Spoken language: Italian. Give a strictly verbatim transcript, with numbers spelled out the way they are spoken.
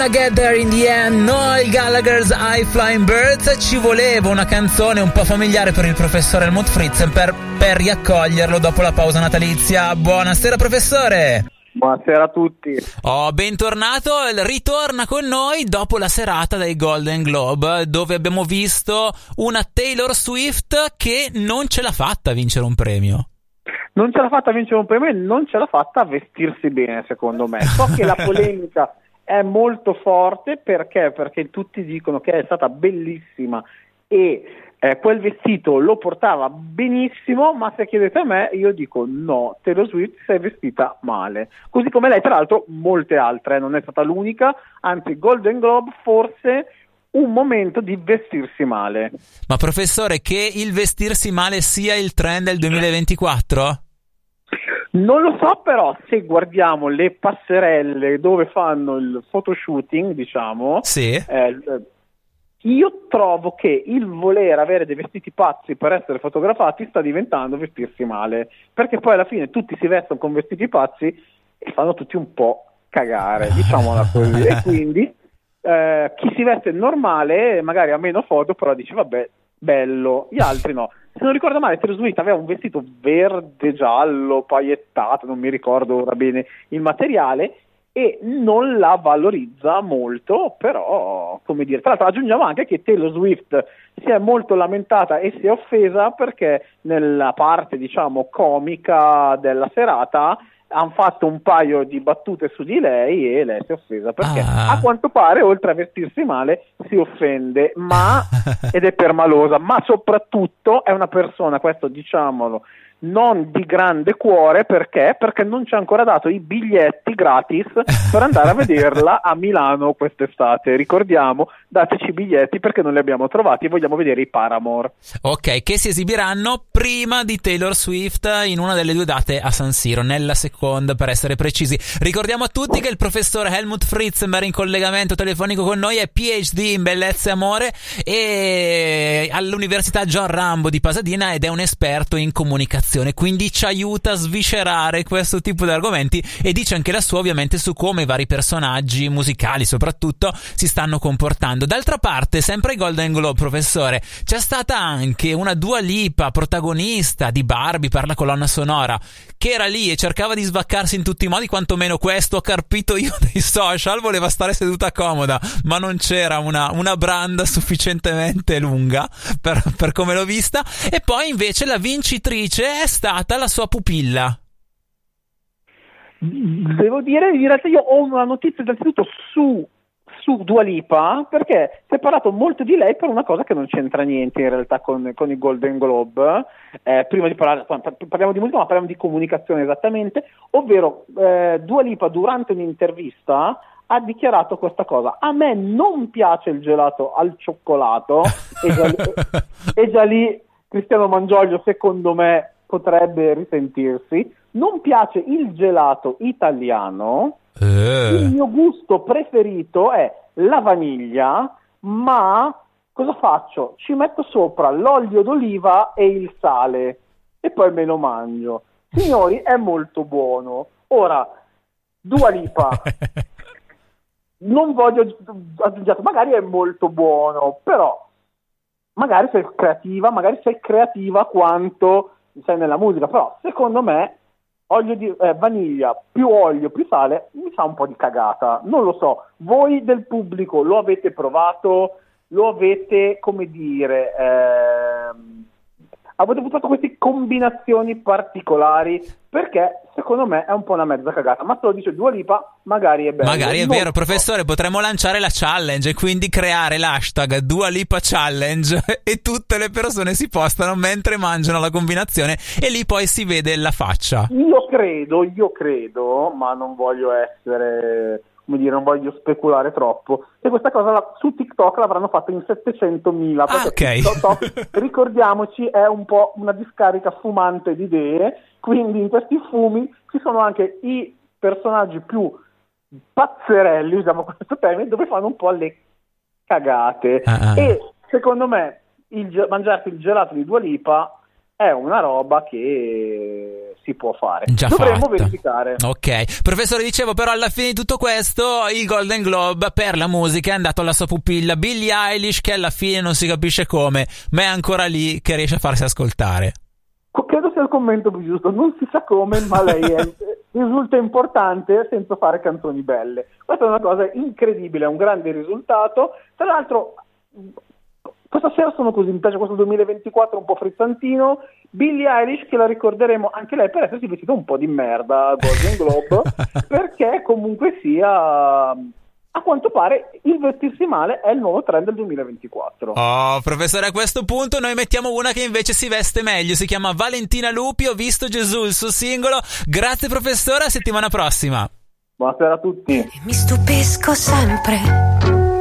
Gonna Get There in the End, Noel Gallagher's High Flying Birds. Ci voleva una canzone un po' familiare per il professore Helmut Fritzen per, per riaccoglierlo dopo la pausa natalizia. Buonasera professore. Buonasera a tutti. Oh, bentornato, ritorna con noi dopo la serata dei Golden Globe, dove abbiamo visto una Taylor Swift che non ce l'ha fatta a vincere un premio. Non ce l'ha fatta a vincere un premio e non ce l'ha fatta a vestirsi bene, secondo me. So che la polemica è molto forte, perché? Perché tutti dicono che è stata bellissima e eh, quel vestito lo portava benissimo, ma se chiedete a me io dico no, Taylor Swift si è vestita male, così come lei, tra l'altro molte altre, non è stata l'unica, anzi Golden Globe forse un momento di vestirsi male. Ma professore, che il vestirsi male sia il trend del duemilaventiquattro? Non lo so, però se guardiamo le passerelle dove fanno il photoshooting, diciamo, sì. eh, io trovo che il voler avere dei vestiti pazzi per essere fotografati sta diventando vestirsi male, perché poi alla fine tutti si vestono con vestiti pazzi e fanno tutti un po' cagare, diciamola così, e quindi eh, chi si veste normale magari ha meno foto, però dice vabbè, bello, gli altri no. Se non ricordo male, Taylor Swift aveva un vestito verde giallo paillettato, non mi ricordo ora bene il materiale, e non la valorizza molto, però, come dire, tra l'altro aggiungiamo anche che Taylor Swift si è molto lamentata e si è offesa perché nella parte, diciamo, comica della serata hanno fatto un paio di battute su di lei e lei si è offesa perché ah. a quanto pare, oltre a vestirsi male, si offende, ma ed è permalosa, ma soprattutto è una persona, questo diciamolo, non di grande cuore, perché? Perché non ci ha ancora dato i biglietti gratis per andare a vederla a Milano quest'estate. Ricordiamo, dateci i biglietti perché non li abbiamo trovati e vogliamo vedere i Paramore. Ok, che si esibiranno prima di Taylor Swift in una delle due date a San Siro, nella seconda per essere precisi. Ricordiamo a tutti che il professor Helmut Fritzenberg in collegamento telefonico con noi è P H D in bellezza e amore e all'Università John Rambo di Pasadena ed è un esperto in comunicazione, quindi ci aiuta a sviscerare questo tipo di argomenti e dice anche la sua ovviamente su come i vari personaggi musicali soprattutto si stanno comportando. D'altra parte, sempre ai Golden Globe, professore, c'è stata anche una Dua Lipa protagonista di Barbie per la colonna sonora che era lì e cercava di svaccarsi in tutti i modi, quantomeno questo ho carpito io dei social, voleva stare seduta comoda ma non c'era una, una branda sufficientemente lunga per, per come l'ho vista, e poi invece la vincitrice è stata la sua pupilla. Devo dire, in realtà io ho una notizia innanzitutto su su Dua Lipa, perché si è parlato molto di lei per una cosa che non c'entra niente in realtà con, con i Golden Globe. Eh, prima di parlare, parliamo di musica, ma parliamo di comunicazione esattamente, ovvero eh, Dua Lipa durante un'intervista ha dichiarato questa cosa: a me non piace il gelato al cioccolato, e già lì, e già lì Cristiano Mangioglio secondo me potrebbe risentirsi, non piace il gelato italiano, eh. il mio gusto preferito è la vaniglia, ma cosa faccio? Ci metto sopra l'olio d'oliva e il sale e poi me lo mangio. Signori, è molto buono. Ora, Dua Lipa non voglio aggiungere, magari è molto buono, però magari sei creativa, magari sei creativa quanto sei nella musica, però secondo me olio di eh, vaniglia più olio più sale mi sa un po' di cagata, non lo so. Voi del pubblico lo avete provato? Lo avete, come dire, ehm, avete avuto queste combinazioni particolari? Perché secondo me è un po' una mezza cagata, ma se lo dice Dua Lipa magari è bello. Magari è non vero, so. Professore, potremmo lanciare la challenge e quindi creare l'hashtag Dua Lipa Challenge e tutte le persone si postano mentre mangiano la combinazione e lì poi si vede la faccia. Io credo, io credo, ma non voglio essere, come dire, non voglio speculare troppo, che questa cosa la, su TikTok l'avranno fatta in settecentomila, perché ah, okay. TikTok, ricordiamoci, è un po' una discarica fumante di idee, quindi in questi fumi ci sono anche i personaggi più pazzerelli, usiamo questo termine, dove fanno un po' le cagate. Ah, ah. E secondo me il, mangiarsi il gelato di Dua Lipa è una roba che si può fare. Già Dovremmo fatta. verificare. Ok, professore, dicevo però alla fine di tutto questo il Golden Globe per la musica è andato alla sua pupilla Billie Eilish, che alla fine non si capisce come, ma è ancora lì che riesce a farsi ascoltare. Credo sia il commento più giusto, non si sa come, ma lei è, risulta importante senza fare canzoni belle. Questa è una cosa incredibile, è un grande risultato. Tra l'altro questa sera sono così, mi piace questo duemilaventiquattro un po' frizzantino. Billie Eilish, che la ricorderemo anche lei per essersi vestita un po' di merda al Golden Globe, perché comunque sia, a quanto pare, il vestirsi male è il nuovo trend del duemilaventiquattro. Oh, professore, a questo punto noi mettiamo una che invece si veste meglio, si chiama Valentina Lupi, Ho visto Gesù, il suo singolo. Grazie professore, a settimana prossima. Buonasera a tutti. Mi stupisco sempre